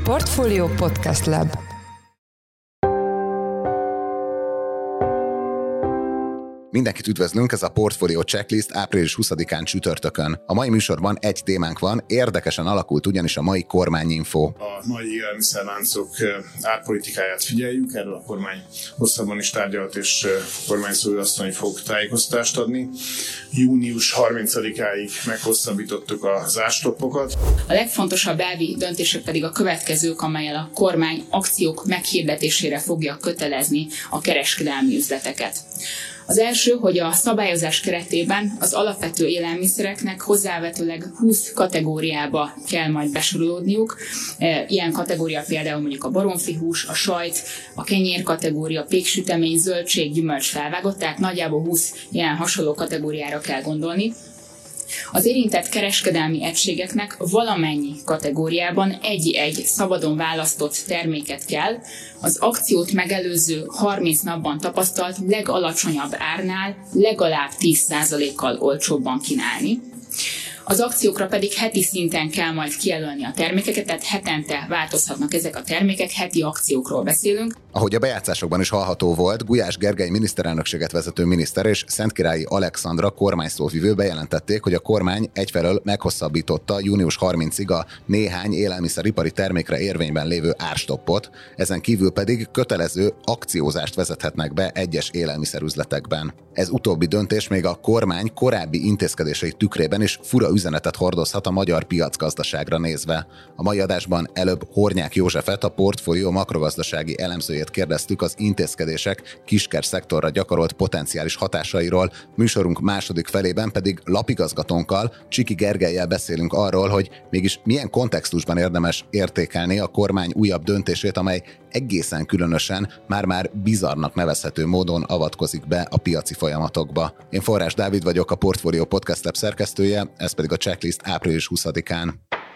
Portfolio Podcast Lab. Mindenkit üdvözlünk, ez a Portfolio Checklist április 20-án csütörtökön. A mai műsorban egy témánk van, érdekesen alakult ugyanis a mai kormányinfo. A mai élelmiszerláncok árpolitikáját figyeljük, erről a kormány hosszabban is tárgyalt, és kormányszóvivőasszony fog tájékoztatást adni. Június 30-áig meghosszabbítottuk az árstoppokat. A legfontosabb elvi döntések pedig a következők, amellyel a kormány akciók meghirdetésére fogja kötelezni a kereskedelmi üzleteket. Az első, hogy a szabályozás keretében az alapvető élelmiszereknek hozzávetőleg 20 kategóriába kell majd besorolódniuk. Ilyen kategória például mondjuk a baromfihús, a sajt, a kenyér kategória, péksütemény, zöldség, gyümölcs felvágott, tehát nagyjából 20 ilyen hasonló kategóriára kell gondolni. Az érintett kereskedelmi egységeknek valamennyi kategóriában egy-egy szabadon választott terméket kell az akciót megelőző 30 napban tapasztalt legalacsonyabb árnál legalább 10%-kal olcsóbban kínálni. Az akciókra pedig heti szinten kell majd kijelölni a termékeket, tehát hetente változhatnak ezek a termékek, heti akciókról beszélünk. Ahogy a bejátszásokban is hallható volt, Gulyás Gergely miniszterelnökséget vezető miniszter és Szentkirályi Alexandra kormányszóvivő bejelentették, hogy a kormány egyfelől meghosszabbította június 30-ig a néhány élelmiszeripari termékre érvényben lévő árstoppot, ezen kívül pedig kötelező akciózást vezethetnek be egyes élelmiszerüzletekben. Ez utóbbi döntés még a kormány korábbi intézkedései tükrében is fura üzenetet hordozhat a magyar piacgazdaságra nézve. A mai adásban előbb Hornyák Józsefet, a Portfolio makrogazdasági elemzőjét kérdeztük az intézkedések kisker szektorra gyakorolt potenciális hatásairól, műsorunk második felében pedig lapigazgatónkkal, Csiki Gergellyel beszélünk arról, hogy mégis milyen kontextusban érdemes értékelni a kormány újabb döntését, amely egészen különösen, már-már bizarrnak nevezhető módon avatkozik be a piaci folyamatokba. Én Forrás Dávid vagyok, a Portfolio Podcast Lab szerkesztője, ez pedig a checklist április 20-án.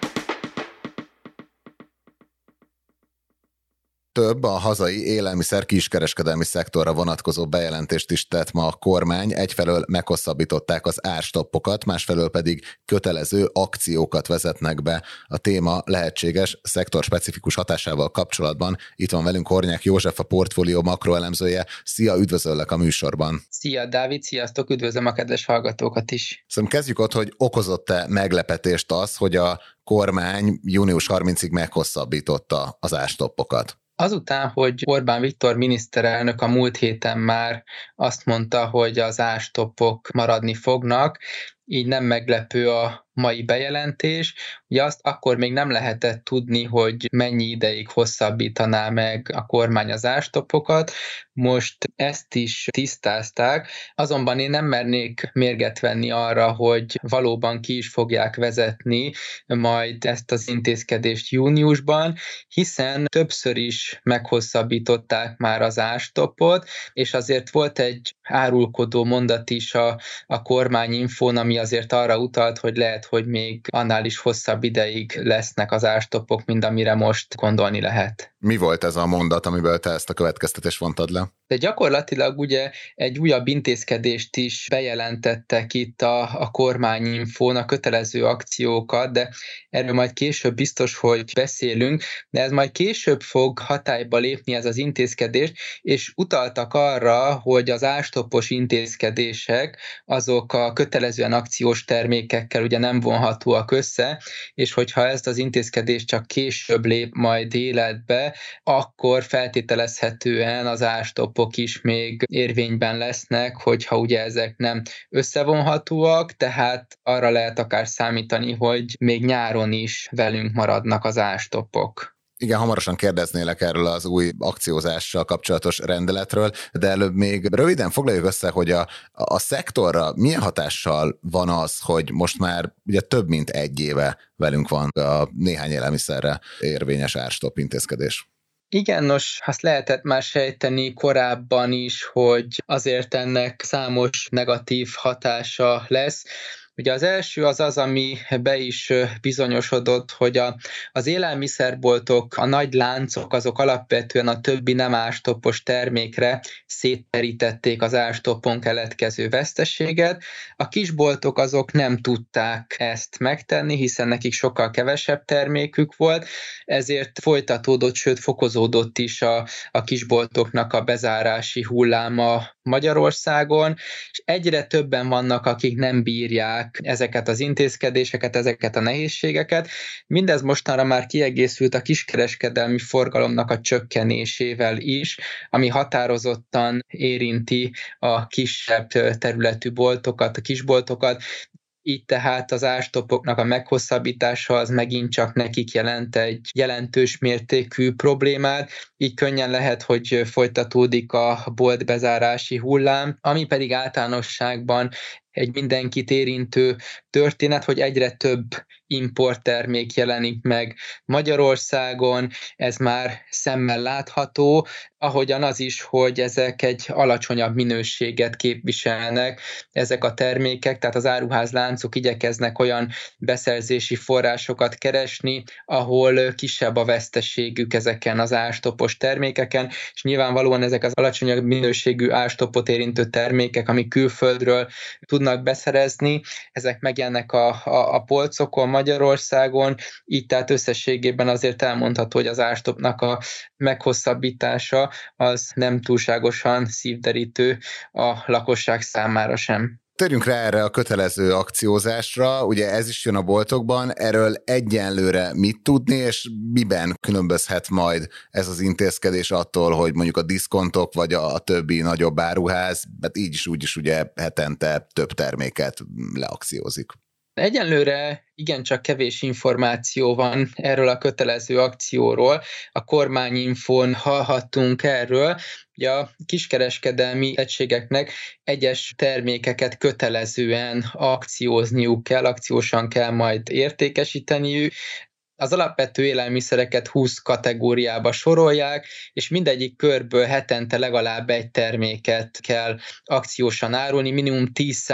Több a hazai élelmiszer kiskereskedelmi szektorra vonatkozó bejelentést is tett ma a kormány. Egyfelől meghosszabbították az árstoppokat, másfelől pedig kötelező akciókat vezetnek be. A téma lehetséges szektorspecifikus hatásával kapcsolatban. Itt van velünk Hornyák József, a Portfolio makroelemzője. Szia, üdvözöllek a műsorban. Szia Dávid, sziasztok, üdvözlöm a kedves hallgatókat is. Szerintem kezdjük ott, hogy okozott-e meglepetést az, hogy a kormány június 30-ig meghosszabbította az árstoppokat? Azután, hogy Orbán Viktor miniszterelnök a múlt héten már azt mondta, hogy az árstoppok maradni fognak, így nem meglepő a mai bejelentés. Ugye azt akkor még nem lehetett tudni, hogy mennyi ideig hosszabbítaná meg a kormány az árstoppokat. Most ezt is tisztázták, azonban én nem mernék mérget venni arra, hogy valóban ki is fogják vezetni majd ezt az intézkedést júniusban, hiszen többször is meghosszabbították már az árstoppot, és azért volt egy árulkodó mondat is a kormányinfón, ami azért arra utalt, hogy lehet, hogy még annál is hosszabb ideig lesznek az árstoppok, mint amire most gondolni lehet. Mi volt ez a mondat, amiből te ezt a következtetést vontad le? De gyakorlatilag ugye egy újabb intézkedést is bejelentettek itt a kormányinfón, a kötelező akciókat, de erről majd később biztos, hogy beszélünk, de ez majd később fog hatályba lépni ez az intézkedés, és utaltak arra, hogy az árstoppos intézkedések azok a kötelezően akciós termékekkel ugye nem vonhatóak össze, és hogyha ezt az intézkedést csak később lép majd életbe, akkor feltételezhetően az árstoppok is még érvényben lesznek, hogyha ugye ezek nem összevonhatóak, tehát arra lehet akár számítani, hogy még nyáron is velünk maradnak az árstoppok. Igen, hamarosan kérdeznélek erről az új akciózással kapcsolatos rendeletről, de előbb még röviden foglaljuk össze, hogy a szektorra milyen hatással van az, hogy most már ugye több mint egy éve velünk van a néhány élelmiszerre érvényes árstopp intézkedés. Igen, nos, azt lehetett már sejteni korábban is, hogy azért ennek számos negatív hatása lesz. Ugye az első az, ami be is bizonyosodott, hogy az élelmiszerboltok, a nagy láncok, azok alapvetően a többi nem ástoppos termékre szétterítették az ástoppon keletkező veszteséget. A kisboltok azok nem tudták ezt megtenni, hiszen nekik sokkal kevesebb termékük volt, ezért folytatódott, sőt fokozódott is a kisboltoknak a bezárási hulláma Magyarországon, és egyre többen vannak, akik nem bírják ezeket az intézkedéseket, ezeket a nehézségeket. Mindez mostanra már kiegészült a kiskereskedelmi forgalomnak a csökkenésével is, ami határozottan érinti a kisebb területű boltokat, a kisboltokat. Így tehát az ástoppoknak a meghosszabbítása az megint csak nekik jelent egy jelentős mértékű problémát, így könnyen lehet, hogy folytatódik a boltbezárási hullám, ami pedig általánosságban egy mindenkit érintő történet, hogy egyre több importtermék jelenik meg Magyarországon, ez már szemmel látható, ahogyan az is, hogy ezek egy alacsonyabb minőséget képviselnek, ezek a termékek, tehát az áruházláncok igyekeznek olyan beszerzési forrásokat keresni, ahol kisebb a veszteségük ezeken az ástoppos termékeken, és nyilvánvalóan ezek az alacsonyabb minőségű ástoppot érintő termékek, amik külföldről tudnak beszerezni, ezek megjelennek a polcokon Magyarországon, így tehát összességében azért elmondható, hogy az ástoppnak a meghosszabbítása az nem túlságosan szívderítő a lakosság számára sem. Térjünk rá erre a kötelező akciózásra, ugye ez is jön a boltokban, erről egyenlőre mit tudni, és miben különbözhet majd ez az intézkedés attól, hogy mondjuk a diszkontok vagy a többi nagyobb áruház, hát így is úgy is ugye hetente több terméket leakciózik. Egyenlőre igencsak kevés információ van erről a kötelező akcióról. A kormányinfón hallhattunk erről, hogy a kiskereskedelmi egységeknek egyes termékeket kötelezően akciózniuk kell, akciósan kell majd értékesíteniük. Az alapvető élelmiszereket 20 kategóriába sorolják, és mindegyik körből hetente legalább egy terméket kell akciósan árulni, minimum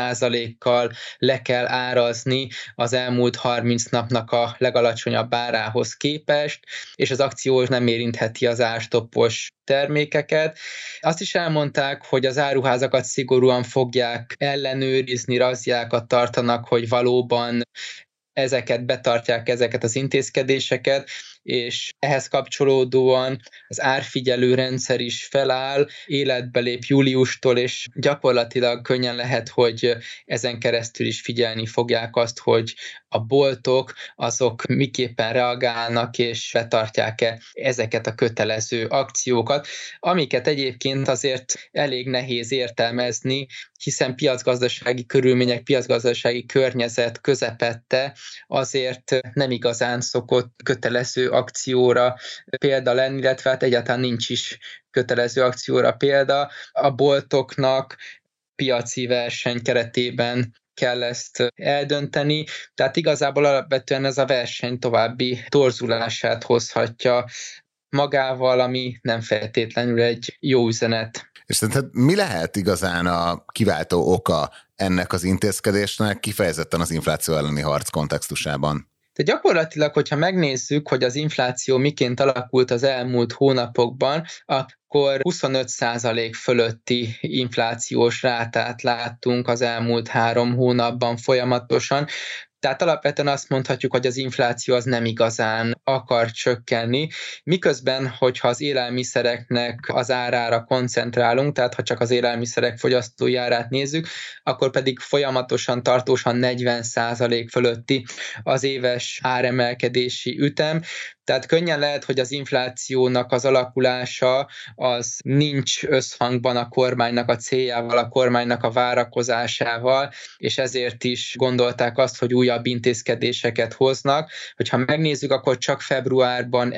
10%-kal le kell árazni az elmúlt 30 napnak a legalacsonyabb árához képest, és az akció nem érintheti az ástoppos termékeket. Azt is elmondták, hogy az áruházakat szigorúan fogják ellenőrizni, razziákat tartanak, hogy valóban ezeket betartják, ezeket az intézkedéseket, és ehhez kapcsolódóan az árfigyelő rendszer is feláll, életbe lép júliustól, és gyakorlatilag könnyen lehet, hogy ezen keresztül is figyelni fogják azt, hogy a boltok azok miképpen reagálnak, és betartják-e ezeket a kötelező akciókat, amiket egyébként azért elég nehéz értelmezni, hiszen piacgazdasági körülmények, piacgazdasági környezet közepette azért nem igazán szokott kötelező akcióra példa lenni, illetve hát egyáltalán nincs is kötelező akcióra példa. A boltoknak piaci verseny keretében kell ezt eldönteni, tehát igazából alapvetően ez a verseny további torzulását hozhatja magával, ami nem feltétlenül egy jó üzenet. És szerinted mi lehet igazán a kiváltó oka ennek az intézkedésnek, kifejezetten az infláció elleni harc kontextusában? De gyakorlatilag, hogyha megnézzük, hogy az infláció miként alakult az elmúlt hónapokban, akkor 25% fölötti inflációs rátát láttunk az elmúlt 3 hónapban folyamatosan. Tehát alapvetően azt mondhatjuk, hogy az infláció az nem igazán akar csökkenni, miközben, hogyha az élelmiszereknek az árára koncentrálunk, tehát ha csak az élelmiszerek fogyasztói árát nézzük, akkor pedig folyamatosan, tartósan 40% fölötti az éves áremelkedési ütem. Tehát könnyen lehet, hogy az inflációnak az alakulása az nincs összhangban a kormánynak a céljával, a kormánynak a várakozásával, és ezért is gondolták azt, hogy újabb intézkedéseket hoznak. Hogyha megnézzük, akkor csak februárban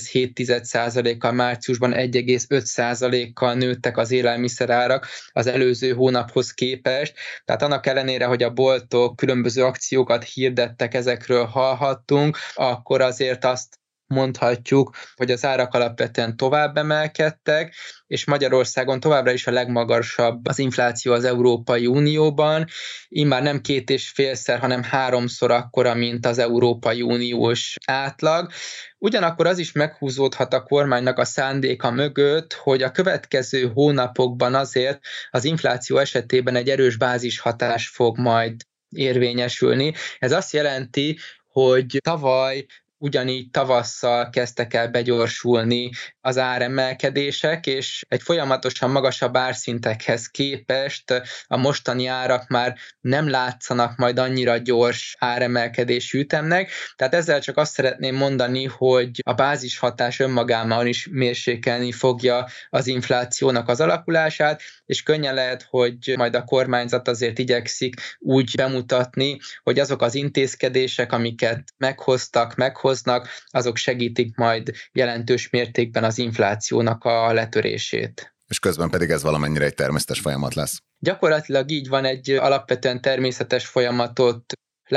1,7%-kal, márciusban 1,5%-kal nőttek az élelmiszerárak az előző hónaphoz képest. Tehát annak ellenére, hogy a boltok különböző akciókat hirdettek, ezekről hallhattunk, akkor azért azt mondhatjuk, hogy az árak alapvetően tovább emelkedtek, és Magyarországon továbbra is a legmagasabb az infláció az Európai Unióban, immár nem 2,5-szer, hanem 3-szor akkora, mint az Európai Uniós átlag. Ugyanakkor az is meghúzódhat a kormánynak a szándéka mögött, hogy a következő hónapokban azért az infláció esetében egy erős bázishatás fog majd érvényesülni. Ez azt jelenti, hogy tavaly ugyanígy tavasszal kezdtek el begyorsulni az áremelkedések, és egy folyamatosan magasabb árszintekhez képest a mostani árak már nem látszanak majd annyira gyors áremelkedésű ütemnek. Tehát ezzel csak azt szeretném mondani, hogy a bázishatás önmagában is mérsékelni fogja az inflációnak az alakulását, és könnyen lehet, hogy majd a kormányzat azért igyekszik úgy bemutatni, hogy azok az intézkedések, amiket meghoznak, azok segítik majd jelentős mértékben az inflációnak a letörését. És közben pedig ez valamennyire egy természetes folyamat lesz. Gyakorlatilag így van, egy alapvetően természetes folyamatot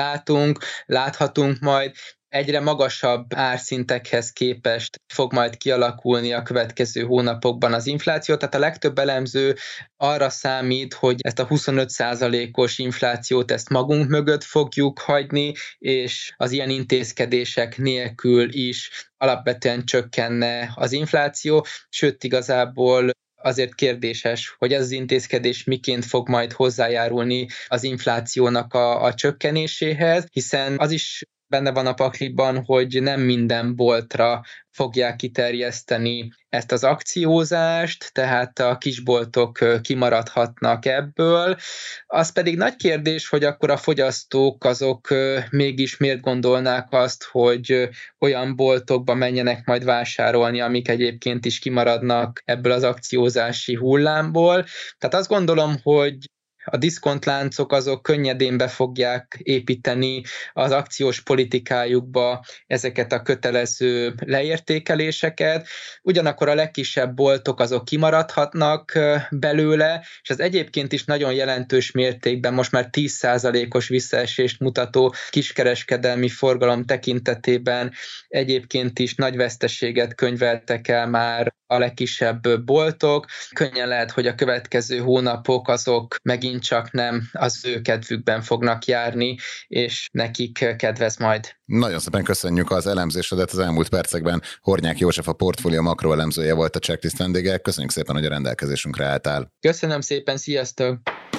láthatunk majd, egyre magasabb árszintekhez képest fog majd kialakulni a következő hónapokban az infláció, tehát a legtöbb elemző arra számít, hogy ezt a 25%-os inflációt ezt magunk mögött fogjuk hagyni, és az ilyen intézkedések nélkül is alapvetően csökkenne az infláció, sőt igazából azért kérdéses, hogy ez az intézkedés miként fog majd hozzájárulni az inflációnak a csökkenéséhez, hiszen az is benne van a pakliban, hogy nem minden boltra fogják kiterjeszteni ezt az akciózást, tehát a kisboltok kimaradhatnak ebből. Az pedig nagy kérdés, hogy akkor a fogyasztók azok mégis miért gondolnák azt, hogy olyan boltokba menjenek majd vásárolni, amik egyébként is kimaradnak ebből az akciózási hullámból. Tehát azt gondolom, hogy a diszkontláncok azok könnyedén be fogják építeni az akciós politikájukba ezeket a kötelező leértékeléseket, ugyanakkor a legkisebb boltok azok kimaradhatnak belőle, és az egyébként is nagyon jelentős mértékben most már 10%-os visszaesést mutató kiskereskedelmi forgalom tekintetében egyébként is nagy veszteséget könyveltek el már a legkisebb boltok. Könnyen lehet, hogy a következő hónapok azok megint csak nem az ő kedvükben fognak járni, és nekik kedvez majd. Nagyon szépen köszönjük az elemzésedet az elmúlt percekben. Hornyák József, a portfólió makroelemzője volt a Checklist vendége. Köszönjük szépen, hogy a rendelkezésünkre álltál. Köszönöm szépen, sziasztok!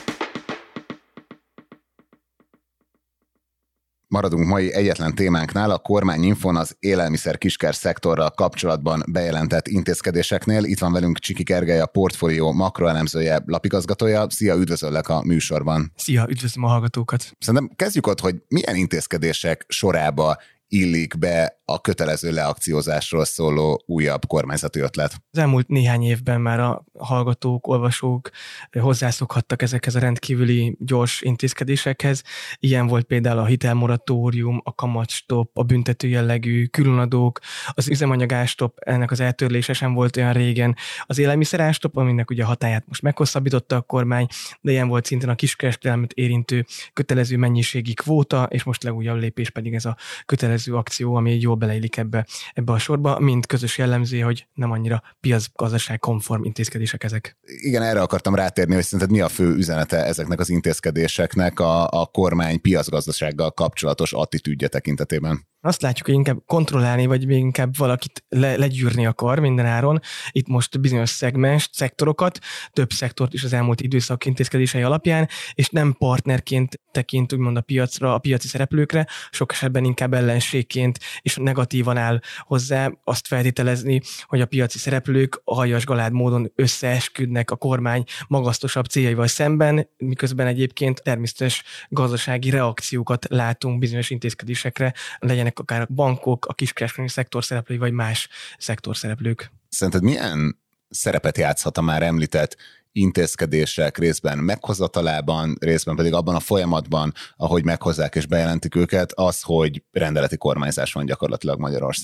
Maradunk mai egyetlen témánknál, a Kormányinfon az élelmiszer kisker szektorral kapcsolatban bejelentett intézkedéseknél. Itt van velünk Csiki Gergely, a portfólió makroelemzője, lapigazgatója. Szia, üdvözöllek a műsorban. Szia, üdvözlöm a hallgatókat. Szerintem kezdjük ott, hogy milyen intézkedések sorába illik be a kötelező leakciózásról szóló újabb kormányzati ötlet. Az elmúlt néhány évben már a hallgatók, olvasók hozzászokhattak ezekhez a rendkívüli gyors intézkedésekhez. Ilyen volt például a hitelmoratórium, a kamatstop, a büntető jellegű különadók, az üzemanyagástop, ennek az eltörlése sem volt olyan régen. Az élelmiszerástop, aminek ugye a hatályát most meghosszabbította a kormány, de ilyen volt szintén a kiskereskedelmet érintő kötelező mennyiségi kvóta, és most legújabb lépés pedig ez a kötelező akció, ami jól beleillik ebbe a sorba, mint közös jellemző, hogy nem annyira piacgazdaság konform intézkedések ezek. Igen, erre akartam rátérni, hogy szerinted mi a fő üzenete ezeknek az intézkedéseknek a kormány piacgazdasággal kapcsolatos attitűdje tekintetében? Azt látjuk, hogy inkább kontrollálni, vagy még inkább valakit legyűrni akar minden áron. Itt most bizonyos szektorokat, több szektort is az elmúlt időszak intézkedései alapján, és nem partnerként tekint úgymond a piacra, a piaci szereplőkre, sok esetben inkább ellenségként és negatívan áll hozzá, azt feltételezni, hogy a piaci szereplők aljas galád módon összeesküdnek a kormány magasztosabb céljaival szemben, miközben egyébként természetes gazdasági reakciókat látunk bizonyos intézkedésekre, legyenek akár a bankok, a kiskereskedelmi szektor szereplői, vagy más szektor szereplők. Szerinted milyen szerepet játszhat a már említett intézkedések részben meghozatalában, részben pedig abban a folyamatban, ahogy meghozzák és bejelentik őket, az, hogy rendeleti kormányzás van gyakorlatilag Magyarországon?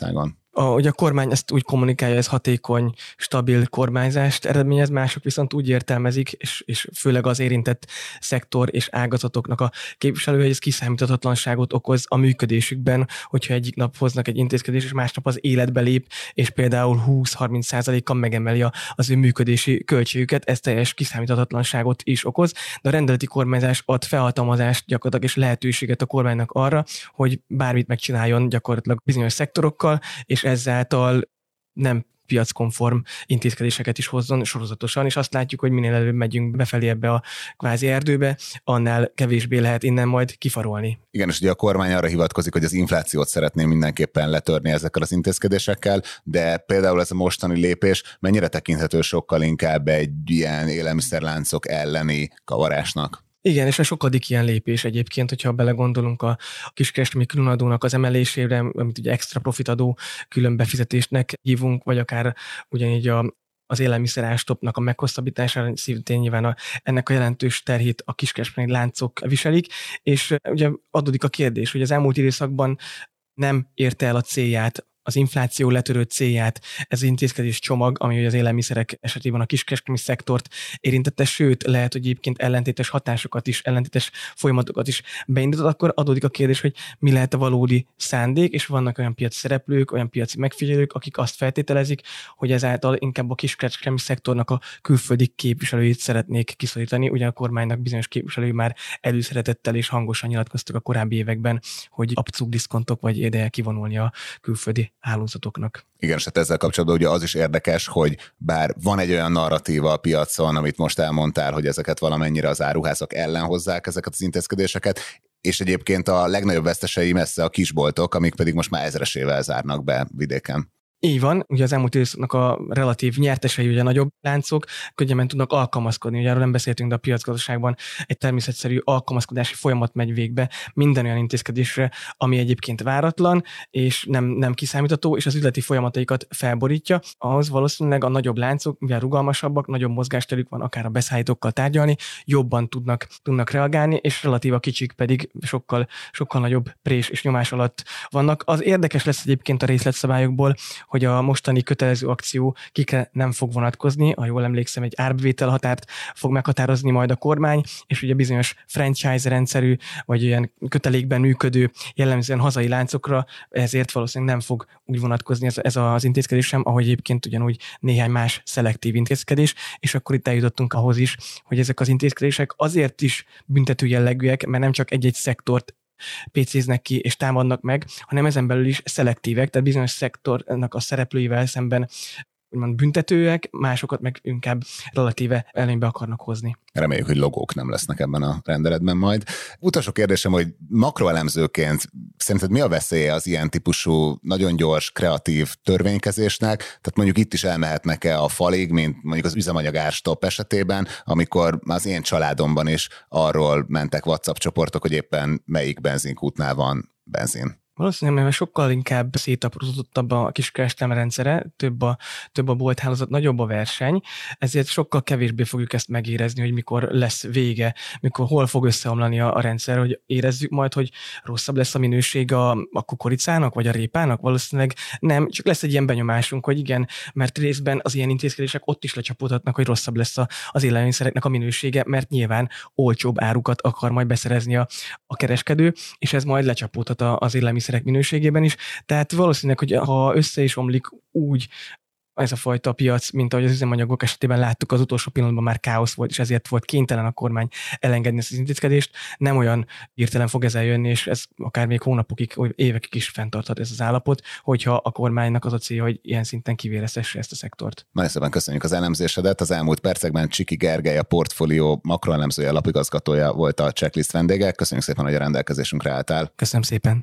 Ugye a kormány ezt úgy kommunikálja, ez hatékony, stabil kormányzást eredményez, mások viszont úgy értelmezik, és főleg az érintett szektor és ágazatoknak a képviselője, hogy ez kiszámíthatatlanságot okoz a működésükben, hogyha egyik nap hoznak egy intézkedést, és másnap az életbe lép, és például 20-30%-kal megemeli az ő működési költségüket, ez teljes kiszámíthatatlanságot is okoz, de a rendeleti kormányzás ad felhatalmazást gyakorlatilag és lehetőséget a kormánynak arra, hogy bármit megcsináljon gyakorlatilag bizonyos szektorokkal, és ezáltal nem piackonform intézkedéseket is hozzon sorozatosan, és azt látjuk, hogy minél előbb megyünk befelé ebbe a kvázi erdőbe, annál kevésbé lehet innen majd kifarolni. Igen, és ugye a kormány arra hivatkozik, hogy az inflációt szeretné mindenképpen letörni ezekkel az intézkedésekkel, de például ez a mostani lépés mennyire tekinthető sokkal inkább egy ilyen élelmiszerláncok elleni kavarásnak? Igen, és a sokadik ilyen lépés egyébként, hogyha belegondolunk a kiskereskedelmi különadónak az emelésére, amit ugye extra profitadó külön befizetésnek hívunk, vagy akár ugyanígy az élelmiszer ástopnak a meghosszabbítására, szintén nyilván ennek a jelentős terhét a kiskereskedelmi láncok viselik, és ugye adódik a kérdés, hogy az elmúlt időszakban nem érte el a célját, az infláció letörő célját, ez az intézkedés csomag, ami az élelmiszerek esetében a kiskereskedelmi szektort érintette, sőt, lehet, hogy egyébként ellentétes hatásokat is, ellentétes folyamatokat is beindított, akkor adódik a kérdés, hogy mi lehet a valódi szándék, és vannak olyan piaci szereplők, olyan piaci megfigyelők, akik azt feltételezik, hogy ezáltal inkább a kiskereskedelmi szektornak a külföldi képviselőit szeretnék kiszorítani. Ugye a kormánynak bizonyos képviselői már előszeretettel és hangosan nyilatkoztak a korábbi években, hogy abszurd diszkontok vagy ideje kivonulni a külföldi hálózatoknak. Igen, és hát ezzel kapcsolatban ugye az is érdekes, hogy bár van egy olyan narratíva a piacon, amit most elmondtál, hogy ezeket valamennyire az áruházak ellen hozzák ezeket az intézkedéseket, és egyébként a legnagyobb vesztesei messze a kisboltok, amik pedig most már ezresével zárnak be vidéken. Így van, ugye az elmúlt időszaknak a relatív nyertesei, ugye nagyobb láncok könnyebben tudnak alkalmazkodni. Ugye arról nem beszéltünk, de a piacgazdaságban egy természetszerű alkalmazkodási folyamat megy végbe minden olyan intézkedésre, ami egyébként váratlan, és nem kiszámítható, és az üzleti folyamataikat felborítja. Ahhoz valószínűleg a nagyobb láncok, mivel rugalmasabbak, nagyobb mozgásterük van, akár a beszállítókkal tárgyalni, jobban tudnak reagálni, és relatív a kicsik pedig sokkal nagyobb prés és nyomás alatt vannak. Az érdekes lesz egyébként a részletszabályokból, hogy a mostani kötelező akció kikre nem fog vonatkozni, ha jól emlékszem, egy árbevétel határt fog meghatározni majd a kormány, és ugye bizonyos franchise rendszerű, vagy ilyen kötelékben működő, jellemzően hazai láncokra, ezért valószínűleg nem fog úgy vonatkozni ez az intézkedés sem, ahogy egyébként ugyanúgy néhány más szelektív intézkedés, és akkor itt eljutottunk ahhoz is, hogy ezek az intézkedések azért is büntető jellegűek, mert nem csak egy-egy szektort pécéznek ki és támadnak meg, hanem ezen belül is szelektívek, tehát bizonyos szektornak a szereplőivel szemben úgymond büntetőek, másokat meg inkább relatíve előnybe akarnak hozni. Reméljük, hogy logók nem lesznek ebben a rendeletben majd. Utolsó kérdésem, hogy makroelemzőként szerinted mi a veszélye az ilyen típusú, nagyon gyors, kreatív törvénykezésnek? Tehát mondjuk itt is elmehetnek-e a falig, mint mondjuk az üzemanyag árstopp esetében, amikor az én családomban is arról mentek WhatsApp csoportok, hogy éppen melyik benzinkútnál van benzin. Valószínűleg, mert sokkal inkább szétaprózódottabb a kiskereskedelem rendszere, több a bolthálózat, nagyobb a verseny, ezért sokkal kevésbé fogjuk ezt megérezni, hogy mikor lesz vége, hol fog összeomlani a rendszer, hogy érezzük majd, hogy rosszabb lesz a minőség a kukoricának, vagy a répának. Valószínűleg nem, csak lesz egy ilyen benyomásunk, hogy igen, mert részben az ilyen intézkedések ott is lecsapódhatnak, hogy rosszabb lesz az élelmiszereknek a minősége, mert nyilván olcsóbb árukat akar majd beszerezni a kereskedő, és ez majd lecsapódhat az élelmiszerek minőségében is. Tehát valószínűleg, hogy ha össze is omlik úgy ez a fajta piac, mint ahogy az üzemanyagok esetében láttuk, az utolsó pillanatban már káosz volt, és ezért volt kénytelen a kormány elengedni ezt az intézkedést. Nem olyan hirtelen fog ez eljönni, és ez akár még hónapokig, vagy évekig is fenntarthat ez az állapot, hogyha a kormánynak az a célja, hogy ilyen szinten kivéreztesse ezt a szektort. Nagyon szépen köszönjük az elemzésedet. Az elmúlt percekben Csiki Gergely, a Portfolio makroelemzője, lapigazgatója volt a Checklist vendége. Köszönjük szépen, hogy a rendelkezésünkre álltál. Köszönöm szépen.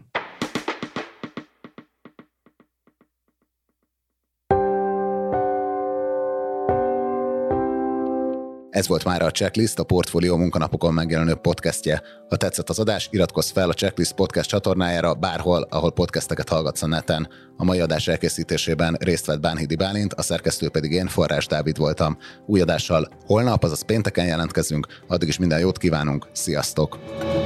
Ez volt már a Checklist, a Portfolio munkanapokon megjelenő podcastje. Ha tetszett az adás, iratkozz fel a Checklist podcast csatornájára bárhol, ahol podcasteket hallgatsz a neten. A mai adás elkészítésében részt vett Bánhidi Bálint, a szerkesztő pedig én, Forrás Dávid voltam. Új adással holnap, azaz pénteken jelentkezünk, addig is minden jót kívánunk, sziasztok!